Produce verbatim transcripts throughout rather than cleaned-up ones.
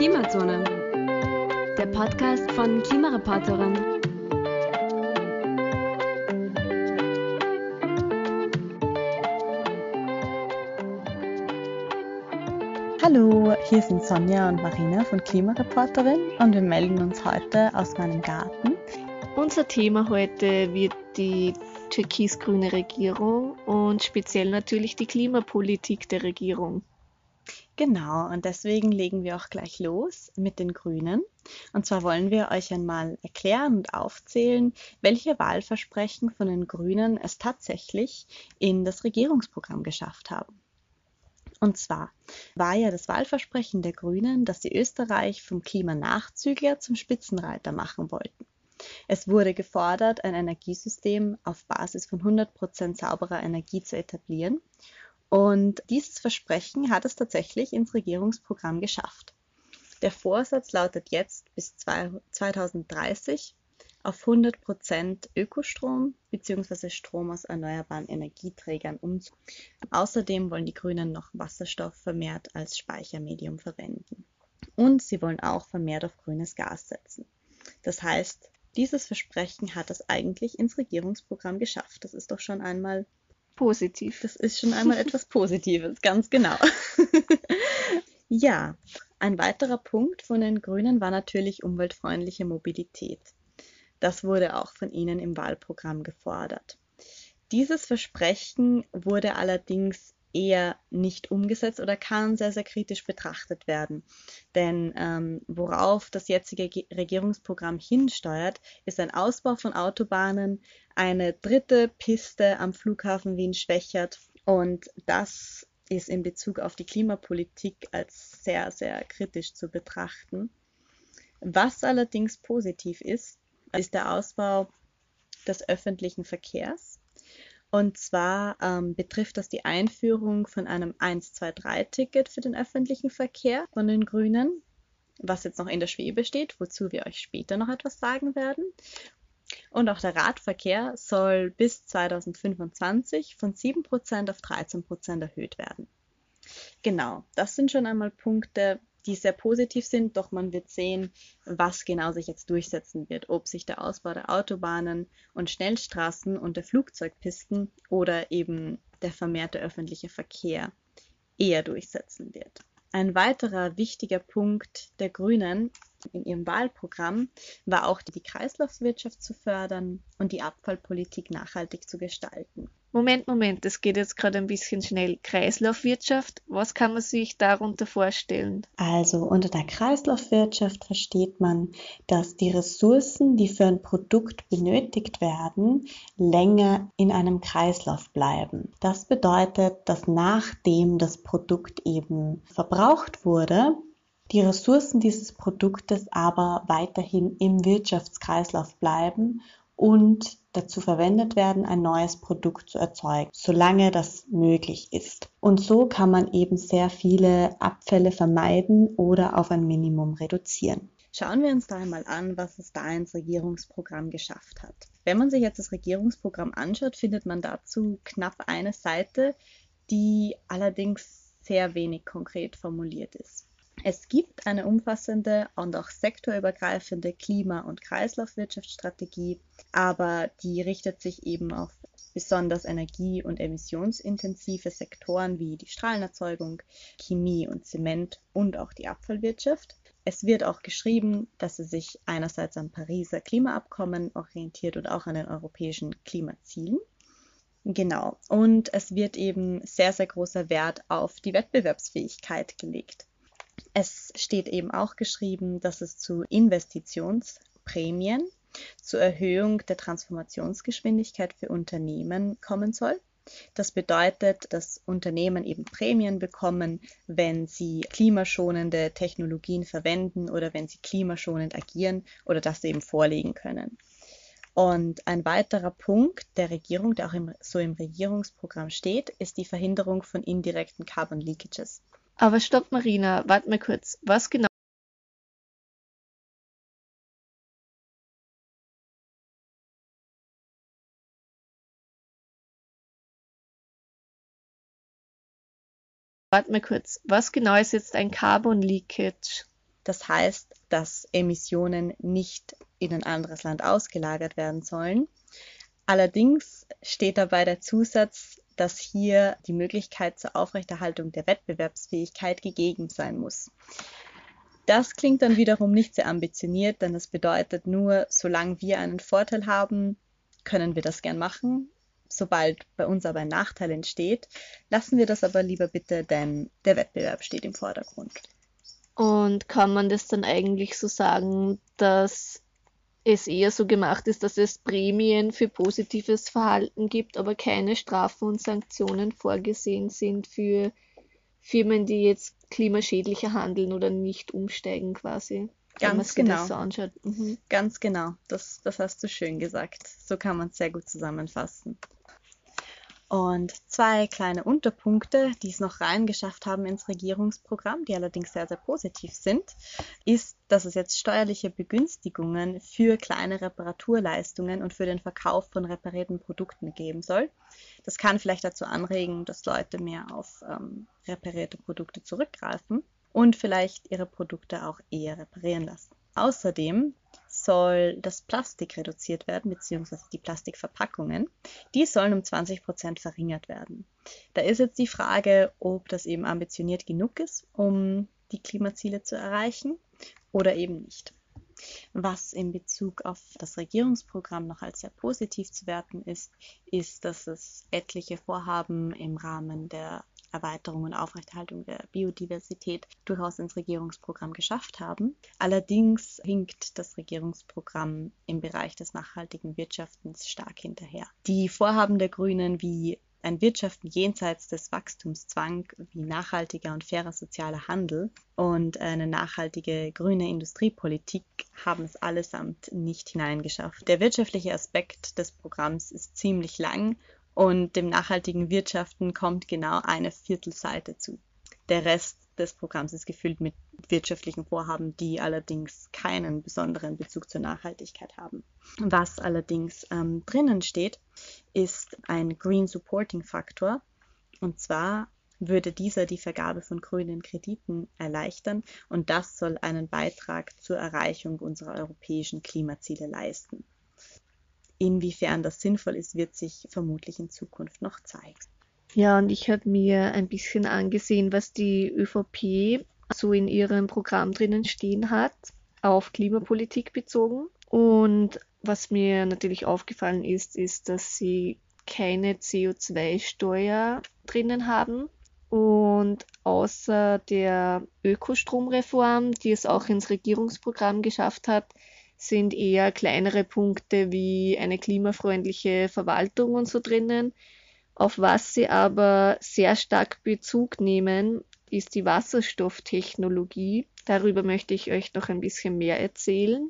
Klimazone, der Podcast von Klimareporterin. Hallo, hier sind Sonja und Marina von Klimareporterin und wir melden uns heute aus meinem Garten. Unser Thema heute wird die türkis-grüne Regierung und speziell natürlich die Klimapolitik der Regierung. Genau, und deswegen legen wir auch gleich los mit den Grünen. Und zwar wollen wir euch einmal erklären und aufzählen, welche Wahlversprechen von den Grünen es tatsächlich in das Regierungsprogramm geschafft haben. Und zwar war ja das Wahlversprechen der Grünen, dass sie Österreich vom Klimanachzügler zum Spitzenreiter machen wollten. Es wurde gefordert, ein Energiesystem auf Basis von hundert Prozent sauberer Energie zu etablieren. Und dieses Versprechen hat es tatsächlich ins Regierungsprogramm geschafft. Der Vorsatz lautet jetzt bis zweitausenddreißig auf hundert Prozent Ökostrom bzw. Strom aus erneuerbaren Energieträgern umzuwandeln. Außerdem wollen die Grünen noch Wasserstoff vermehrt als Speichermedium verwenden. Und sie wollen auch vermehrt auf grünes Gas setzen. Das heißt, dieses Versprechen hat es eigentlich ins Regierungsprogramm geschafft. Das ist doch schon einmal positiv. Das ist schon einmal etwas Positives, ganz genau. Ja, ein weiterer Punkt von den Grünen war natürlich umweltfreundliche Mobilität. Das wurde auch von ihnen im Wahlprogramm gefordert. Dieses Versprechen wurde allerdings eher nicht umgesetzt oder kann sehr, sehr kritisch betrachtet werden. Denn ähm, worauf das jetzige Ge- Regierungsprogramm hinsteuert, ist ein Ausbau von Autobahnen, eine dritte Piste am Flughafen Wien-Schwechat, und das ist in Bezug auf die Klimapolitik als sehr, sehr kritisch zu betrachten. Was allerdings positiv ist, ist der Ausbau des öffentlichen Verkehrs. Und zwar ähm, betrifft das die Einführung von einem eins zwei drei Ticket für den öffentlichen Verkehr von den Grünen, was jetzt noch in der Schwebe steht, wozu wir euch später noch etwas sagen werden. Und auch der Radverkehr soll bis zweitausendfünfundzwanzig von sieben Prozent auf dreizehn Prozent erhöht werden. Genau, das sind schon einmal Punkte, die sehr positiv sind, doch man wird sehen, was genau sich jetzt durchsetzen wird, ob sich der Ausbau der Autobahnen und Schnellstraßen und der Flugzeugpisten oder eben der vermehrte öffentliche Verkehr eher durchsetzen wird. Ein weiterer wichtiger Punkt der Grünen in ihrem Wahlprogramm war auch, die Kreislaufwirtschaft zu fördern und die Abfallpolitik nachhaltig zu gestalten. Moment, Moment, das geht jetzt gerade ein bisschen schnell. Kreislaufwirtschaft, was kann man sich darunter vorstellen? Also unter der Kreislaufwirtschaft versteht man, dass die Ressourcen, die für ein Produkt benötigt werden, länger in einem Kreislauf bleiben. Das bedeutet, dass nachdem das Produkt eben verbraucht wurde, die Ressourcen dieses Produktes aber weiterhin im Wirtschaftskreislauf bleiben und dazu verwendet werden, ein neues Produkt zu erzeugen, solange das möglich ist. Und so kann man eben sehr viele Abfälle vermeiden oder auf ein Minimum reduzieren. Schauen wir uns da einmal an, was es da ins Regierungsprogramm geschafft hat. Wenn man sich jetzt das Regierungsprogramm anschaut, findet man dazu knapp eine Seite, die allerdings sehr wenig konkret formuliert ist. Es gibt eine umfassende und auch sektorübergreifende Klima- und Kreislaufwirtschaftsstrategie, aber die richtet sich eben auf besonders energie- und emissionsintensive Sektoren wie die Strahlenerzeugung, Chemie und Zement und auch die Abfallwirtschaft. Es wird auch geschrieben, dass sie sich einerseits am Pariser Klimaabkommen orientiert und auch an den europäischen Klimazielen. Genau, und es wird eben sehr, sehr großer Wert auf die Wettbewerbsfähigkeit gelegt. Es steht eben auch geschrieben, dass es zu Investitionsprämien, zur Erhöhung der Transformationsgeschwindigkeit für Unternehmen kommen soll. Das bedeutet, dass Unternehmen eben Prämien bekommen, wenn sie klimaschonende Technologien verwenden oder wenn sie klimaschonend agieren oder das eben vorlegen können. Und ein weiterer Punkt der Regierung, der auch im, so im Regierungsprogramm steht, ist die Verhinderung von indirekten Carbon Leakages. Aber stopp, Marina, warte mal kurz. Was genau? Warte mal kurz. Was genau ist jetzt ein Carbon Leakage? Das heißt, dass Emissionen nicht in ein anderes Land ausgelagert werden sollen. Allerdings steht dabei der Zusatz, dass hier die Möglichkeit zur Aufrechterhaltung der Wettbewerbsfähigkeit gegeben sein muss. Das klingt dann wiederum nicht sehr ambitioniert, denn es bedeutet nur, solange wir einen Vorteil haben, können wir das gern machen. Sobald bei uns aber ein Nachteil entsteht, lassen wir das aber lieber bitte, denn der Wettbewerb steht im Vordergrund. Und kann man das dann eigentlich so sagen, dass es eher so gemacht ist, dass es Prämien für positives Verhalten gibt, aber keine Strafen und Sanktionen vorgesehen sind für Firmen, die jetzt klimaschädlicher handeln oder nicht umsteigen quasi? Wenn man Ganz sich genau. das so anschaut. Mhm. Ganz genau, das, das hast du schön gesagt. So kann man es sehr gut zusammenfassen. Und zwei kleine Unterpunkte, die es noch reingeschafft haben ins Regierungsprogramm, die allerdings sehr, sehr positiv sind, ist, dass es jetzt steuerliche Begünstigungen für kleine Reparaturleistungen und für den Verkauf von reparierten Produkten geben soll. Das kann vielleicht dazu anregen, dass Leute mehr auf ähm, reparierte Produkte zurückgreifen und vielleicht ihre Produkte auch eher reparieren lassen. Außerdem soll das Plastik reduziert werden, beziehungsweise die Plastikverpackungen. Die sollen um zwanzig Prozent verringert werden. Da ist jetzt die Frage, ob das eben ambitioniert genug ist, um die Klimaziele zu erreichen oder eben nicht. Was in Bezug auf das Regierungsprogramm noch als sehr positiv zu werten ist, ist, dass es etliche Vorhaben im Rahmen der Erweiterung und Aufrechterhaltung der Biodiversität durchaus ins Regierungsprogramm geschafft haben. Allerdings hinkt das Regierungsprogramm im Bereich des nachhaltigen Wirtschaftens stark hinterher. Die Vorhaben der Grünen wie ein Wirtschaften jenseits des Wachstumszwangs, wie nachhaltiger und fairer sozialer Handel und eine nachhaltige grüne Industriepolitik haben es allesamt nicht hineingeschafft. Der wirtschaftliche Aspekt des Programms ist ziemlich lang und dem nachhaltigen Wirtschaften kommt genau eine Viertelseite zu. Der Rest des Programms ist gefüllt mit wirtschaftlichen Vorhaben, die allerdings keinen besonderen Bezug zur Nachhaltigkeit haben. Was allerdings ähm, drinnen steht, ist ein Green Supporting Factor. Und zwar würde dieser die Vergabe von grünen Krediten erleichtern und das soll einen Beitrag zur Erreichung unserer europäischen Klimaziele leisten. Inwiefern das sinnvoll ist, wird sich vermutlich in Zukunft noch zeigen. Ja, und ich habe mir ein bisschen angesehen, was die ÖVP so in ihrem Programm drinnen stehen hat, auf Klimapolitik bezogen. Und was mir natürlich aufgefallen ist, ist, dass sie keine C O zwei Steuer drinnen haben. Und außer der Ökostromreform, die es auch ins Regierungsprogramm geschafft hat, sind eher kleinere Punkte wie eine klimafreundliche Verwaltung und so drinnen. Auf was sie aber sehr stark Bezug nehmen, ist die Wasserstofftechnologie. Darüber möchte ich euch noch ein bisschen mehr erzählen.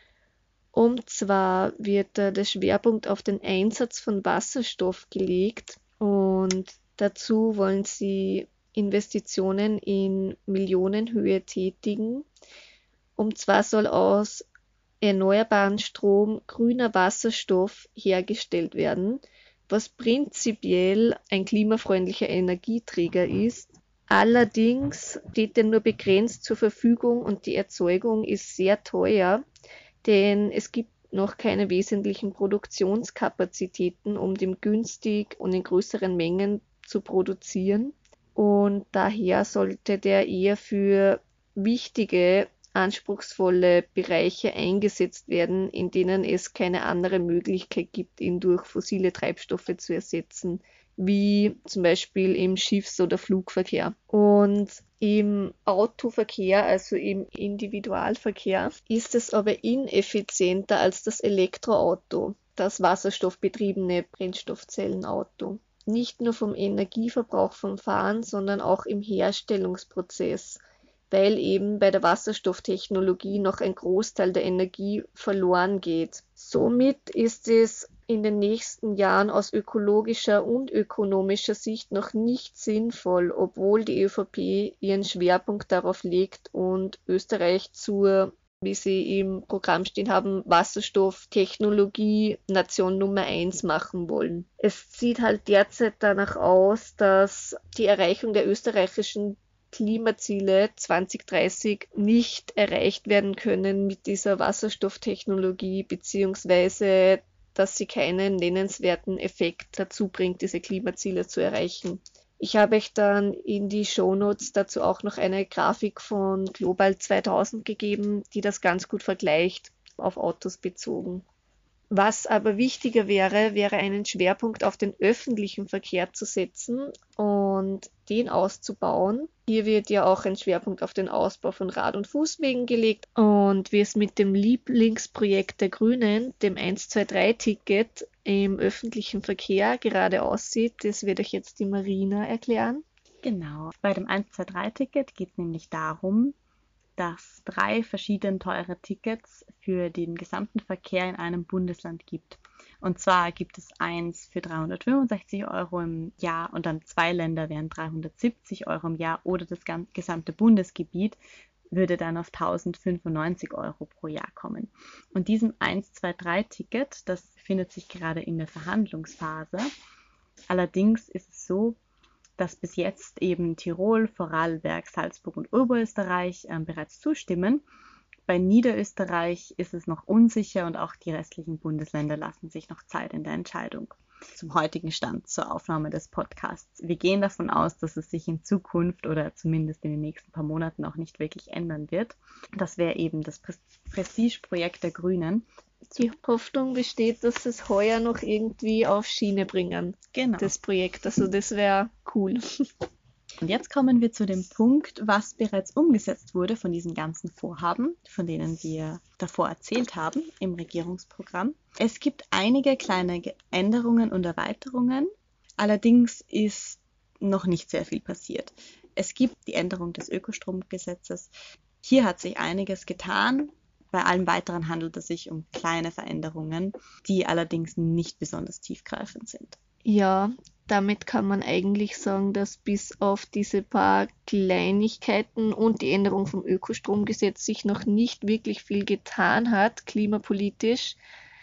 Und zwar wird da der Schwerpunkt auf den Einsatz von Wasserstoff gelegt und dazu wollen sie Investitionen in Millionenhöhe tätigen. Und zwar soll aus erneuerbaren Strom grüner Wasserstoff hergestellt werden, was prinzipiell ein klimafreundlicher Energieträger ist. Allerdings steht er nur begrenzt zur Verfügung und die Erzeugung ist sehr teuer, denn es gibt noch keine wesentlichen Produktionskapazitäten, um den günstig und in größeren Mengen zu produzieren. Und daher sollte der eher für wichtige anspruchsvolle Bereiche eingesetzt werden, in denen es keine andere Möglichkeit gibt, ihn durch fossile Treibstoffe zu ersetzen, wie zum Beispiel im Schiffs- oder Flugverkehr. Und im Autoverkehr, also im Individualverkehr, ist es aber ineffizienter als das Elektroauto, das wasserstoffbetriebene Brennstoffzellenauto. Nicht nur vom Energieverbrauch vom Fahren, sondern auch im Herstellungsprozess, weil eben bei der Wasserstofftechnologie noch ein Großteil der Energie verloren geht. Somit ist es in den nächsten Jahren aus ökologischer und ökonomischer Sicht noch nicht sinnvoll, obwohl die ÖVP ihren Schwerpunkt darauf legt und Österreich zur, wie sie im Programm stehen haben, Wasserstofftechnologie Nation Nummer eins machen wollen. Es sieht halt derzeit danach aus, dass die Erreichung der österreichischen Klimaziele zwanzig dreißig nicht erreicht werden können mit dieser Wasserstofftechnologie, beziehungsweise dass sie keinen nennenswerten Effekt dazu bringt, diese Klimaziele zu erreichen. Ich habe euch dann in die Shownotes dazu auch noch eine Grafik von Global zweitausend gegeben, die das ganz gut vergleicht, auf Autos bezogen. Was aber wichtiger wäre, wäre einen Schwerpunkt auf den öffentlichen Verkehr zu setzen und den auszubauen. Hier wird ja auch ein Schwerpunkt auf den Ausbau von Rad- und Fußwegen gelegt. Und wie es mit dem Lieblingsprojekt der Grünen, dem eins zwei drei Ticket im öffentlichen Verkehr gerade aussieht, das wird euch jetzt die Marina erklären. Genau, bei dem eins zwei drei Ticket geht es nämlich darum, dass drei verschiedene teure Tickets für den gesamten Verkehr in einem Bundesland gibt. Und zwar gibt es eins für dreihundertfünfundsechzig Euro im Jahr und dann zwei Länder wären dreihundertsiebzig Euro im Jahr oder das gesamte Bundesgebiet würde dann auf tausendfünfundneunzig Euro pro Jahr kommen. Und diesem eins zwei drei Ticket, das befindet sich gerade in der Verhandlungsphase. Allerdings ist es so, dass bis jetzt eben Tirol, Vorarlberg, Salzburg und Oberösterreich äh, bereits zustimmen. Bei Niederösterreich ist es noch unsicher und auch die restlichen Bundesländer lassen sich noch Zeit in der Entscheidung. Zum heutigen Stand zur Aufnahme des Podcasts. Wir gehen davon aus, dass es sich in Zukunft oder zumindest in den nächsten paar Monaten auch nicht wirklich ändern wird. Das wäre eben das Prestigeprojekt der Grünen. Die Hoffnung besteht, dass es heuer noch irgendwie auf Schiene bringen, genau. Das Projekt. Also das wäre cool. Und jetzt kommen wir zu dem Punkt, was bereits umgesetzt wurde von diesen ganzen Vorhaben, von denen wir davor erzählt haben im Regierungsprogramm. Es gibt einige kleine Änderungen und Erweiterungen, allerdings ist noch nicht sehr viel passiert. Es gibt die Änderung des Ökostromgesetzes. Hier hat sich einiges getan. Bei allem Weiteren handelt es sich um kleine Veränderungen, die allerdings nicht besonders tiefgreifend sind. Ja, damit kann man eigentlich sagen, dass bis auf diese paar Kleinigkeiten und die Änderung vom Ökostromgesetz sich noch nicht wirklich viel getan hat, klimapolitisch.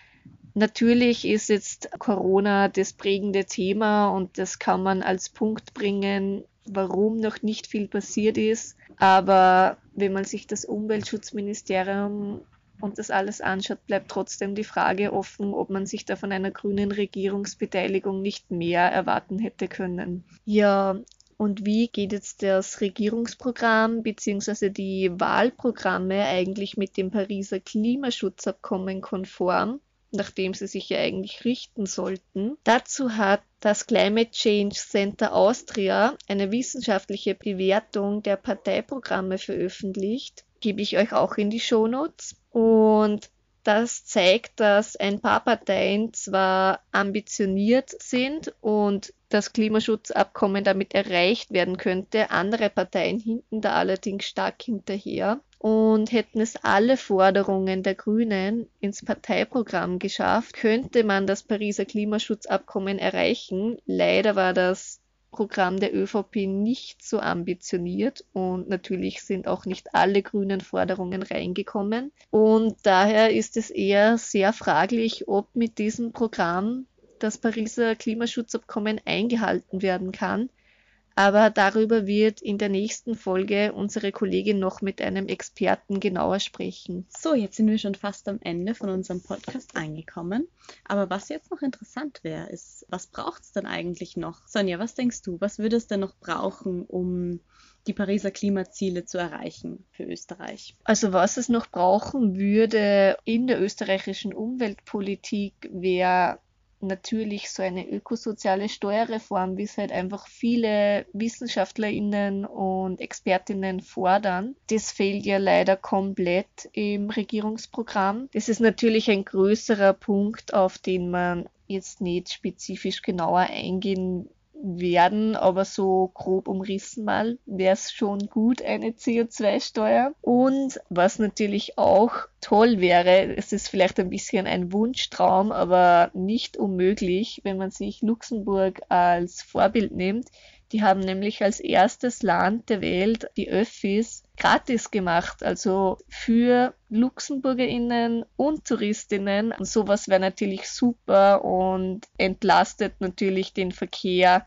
Natürlich ist jetzt Corona das prägende Thema und das kann man als Punkt bringen, warum noch nicht viel passiert ist. Aber wenn man sich das Umweltschutzministerium und das alles anschaut, bleibt trotzdem die Frage offen, ob man sich da von einer grünen Regierungsbeteiligung nicht mehr erwarten hätte können. Ja, und wie geht jetzt das Regierungsprogramm bzw. die Wahlprogramme eigentlich mit dem Pariser Klimaschutzabkommen konform, nachdem sie sich ja eigentlich richten sollten? Dazu hat das Climate Change Center Austria eine wissenschaftliche Bewertung der Parteiprogramme veröffentlicht. Gebe ich euch auch in die Shownotes. Und das zeigt, dass ein paar Parteien zwar ambitioniert sind und das Klimaschutzabkommen damit erreicht werden könnte, andere Parteien hinken da allerdings stark hinterher. Und hätten es alle Forderungen der Grünen ins Parteiprogramm geschafft, könnte man das Pariser Klimaschutzabkommen erreichen. Leider war das Programm der ÖVP nicht so ambitioniert und natürlich sind auch nicht alle grünen Forderungen reingekommen. Und daher ist es eher sehr fraglich, ob mit diesem Programm das Pariser Klimaschutzabkommen eingehalten werden kann. Aber darüber wird in der nächsten Folge unsere Kollegin noch mit einem Experten genauer sprechen. So, jetzt sind wir schon fast am Ende von unserem Podcast angekommen. Aber was jetzt noch interessant wäre, ist, was braucht es denn eigentlich noch? Sonja, was denkst du? Was würde es denn noch brauchen, um die Pariser Klimaziele zu erreichen für Österreich? Also was es noch brauchen würde in der österreichischen Umweltpolitik wäre natürlich so eine ökosoziale Steuerreform, wie es halt einfach viele WissenschaftlerInnen und ExpertInnen fordern. Das fehlt ja leider komplett im Regierungsprogramm. Das ist natürlich ein größerer Punkt, auf den man jetzt nicht spezifisch genauer eingehen werden, aber so grob umrissen mal, wäre es schon gut, eine C O zwei Steuer. Und was natürlich auch toll wäre, es ist vielleicht ein bisschen ein Wunschtraum, aber nicht unmöglich, wenn man sich Luxemburg als Vorbild nimmt. Die haben nämlich als erstes Land der Welt die Öffis gratis gemacht, also für LuxemburgerInnen und TouristInnen. Und sowas wäre natürlich super und entlastet natürlich den Verkehr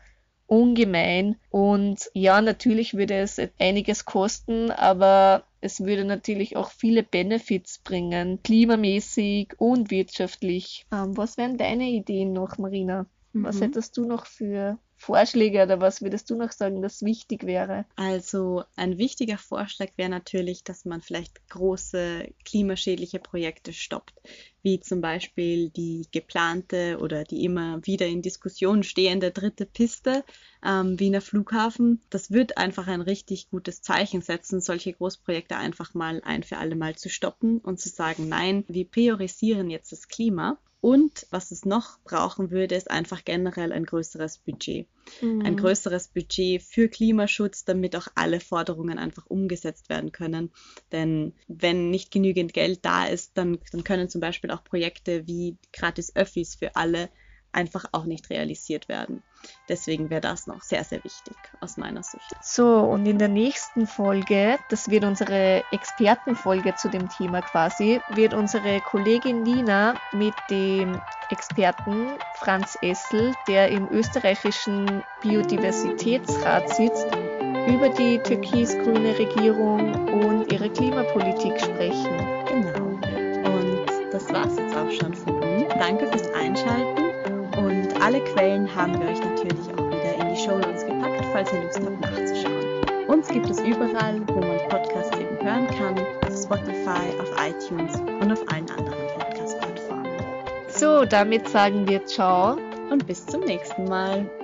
ungemein. Und ja, natürlich würde es einiges kosten, aber es würde natürlich auch viele Benefits bringen, klimamäßig und wirtschaftlich. Ähm, was wären deine Ideen noch, Marina? Mhm. Was hättest du noch für Vorschläge oder was würdest du noch sagen, das wichtig wäre? Also ein wichtiger Vorschlag wäre natürlich, dass man vielleicht große klimaschädliche Projekte stoppt, wie zum Beispiel die geplante oder die immer wieder in Diskussion stehende dritte Piste am Wiener Flughafen. Das wird einfach ein richtig gutes Zeichen setzen, solche Großprojekte einfach mal ein für alle Mal zu stoppen und zu sagen, nein, wir priorisieren jetzt das Klima. Und was es noch brauchen würde, ist einfach generell ein größeres Budget. Mhm. Ein größeres Budget für Klimaschutz, damit auch alle Forderungen einfach umgesetzt werden können. Denn wenn nicht genügend Geld da ist, dann, dann können zum Beispiel auch Projekte wie gratis Öffis für alle einfach auch nicht realisiert werden. Deswegen wäre das noch sehr, sehr wichtig aus meiner Sicht. So, und in der nächsten Folge, das wird unsere Expertenfolge zu dem Thema quasi, wird unsere Kollegin Nina mit dem Experten Franz Essel, der im österreichischen Biodiversitätsrat sitzt, über die türkis-grüne Regierung und ihre Klimapolitik sprechen. Genau. Und das war's jetzt auch schon von uns. Danke fürs Einschalten. Und alle Quellen haben wir euch natürlich auch wieder in die Shownotes gepackt, falls ihr Lust habt nachzuschauen. Uns gibt es überall, wo man Podcasts eben hören kann, auf Spotify, auf iTunes und auf allen anderen Podcast-Plattformen. So, damit sagen wir Ciao und bis zum nächsten Mal.